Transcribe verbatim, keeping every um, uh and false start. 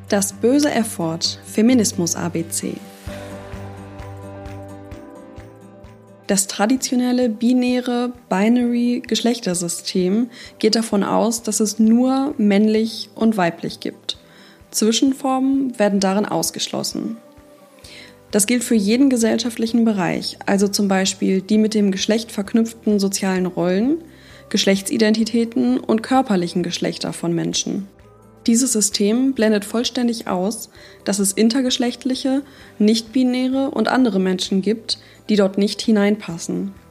Das böse F-Wort, Feminismus-A B C. Das traditionelle, binäre, binary Geschlechtersystem geht davon aus, dass es nur männlich und weiblich gibt. Zwischenformen werden darin ausgeschlossen. Das gilt für jeden gesellschaftlichen Bereich, also zum Beispiel die mit dem Geschlecht verknüpften sozialen Rollen, Geschlechtsidentitäten und körperlichen Geschlechter von Menschen. Dieses System blendet vollständig aus, dass es intergeschlechtliche, nicht-binäre und andere Menschen gibt, die dort nicht hineinpassen.